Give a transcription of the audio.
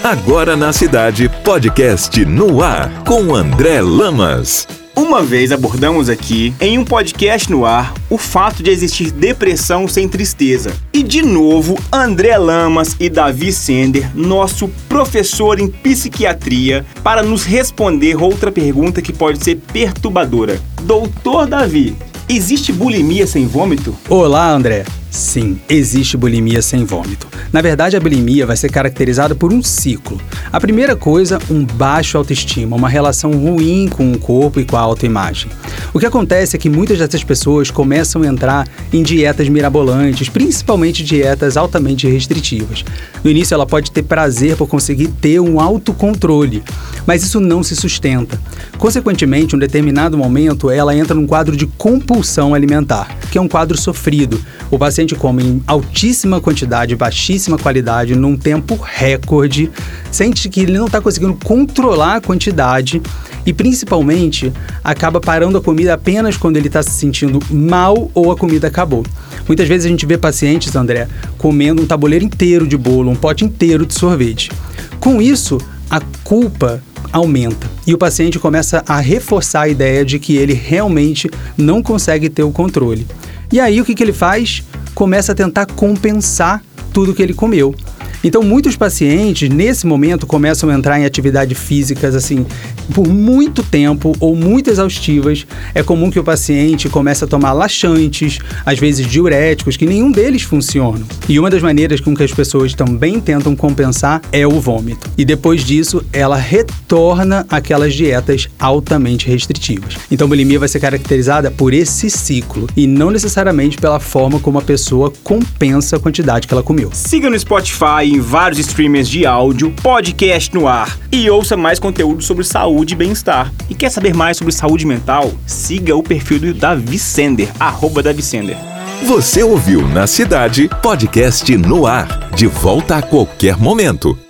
Agora na Cidade, podcast no ar, com André Lamas. Uma vez abordamos aqui, em um podcast no ar, o fato de existir depressão sem tristeza. E de novo, André Lamas e Davi Sender, nosso professor em psiquiatria, para nos responder outra pergunta que pode ser perturbadora. Doutor Davi, existe bulimia sem vômito? Olá, André. Sim, existe bulimia sem vômito. Na verdade, a bulimia vai ser caracterizada por um ciclo. A primeira coisa, um baixo autoestima, uma relação ruim com o corpo e com a autoimagem. O que acontece é que muitas dessas pessoas começam a entrar em dietas mirabolantes, principalmente dietas altamente restritivas. No início, ela pode ter prazer por conseguir ter um autocontrole, mas isso não se sustenta. Consequentemente, em um determinado momento, ela entra num quadro de compulsão alimentar, que é um quadro sofrido. O paciente come em altíssima quantidade, baixíssima qualidade, num tempo recorde, sente que ele não está conseguindo controlar a quantidade e, principalmente, acaba parando a comida apenas quando ele está se sentindo mal ou a comida acabou. Muitas vezes a gente vê pacientes, André, comendo um tabuleiro inteiro de bolo, um pote inteiro de sorvete. Com isso, a culpa aumenta e o paciente começa a reforçar a ideia de que ele realmente não consegue ter o controle. E aí o que ele faz? Começa a tentar compensar tudo que ele comeu. Então, muitos pacientes, nesse momento, começam a entrar em atividades físicas, assim, por muito tempo ou muito exaustivas. É comum que o paciente comece a tomar laxantes, às vezes diuréticos, que nenhum deles funcionam. E uma das maneiras com que as pessoas também tentam compensar é o vômito. E depois disso, ela retorna àquelas dietas altamente restritivas. Então, a bulimia vai ser caracterizada por esse ciclo e não necessariamente pela forma como a pessoa compensa a quantidade que ela comeu. Siga no Spotify, em vários streamers de áudio, podcast no ar e ouça mais conteúdo sobre saúde e bem-estar. E quer saber mais sobre saúde mental? Siga o perfil do Davi Sender, @Davi Sender. Você ouviu Na Cidade, podcast no ar, de volta a qualquer momento.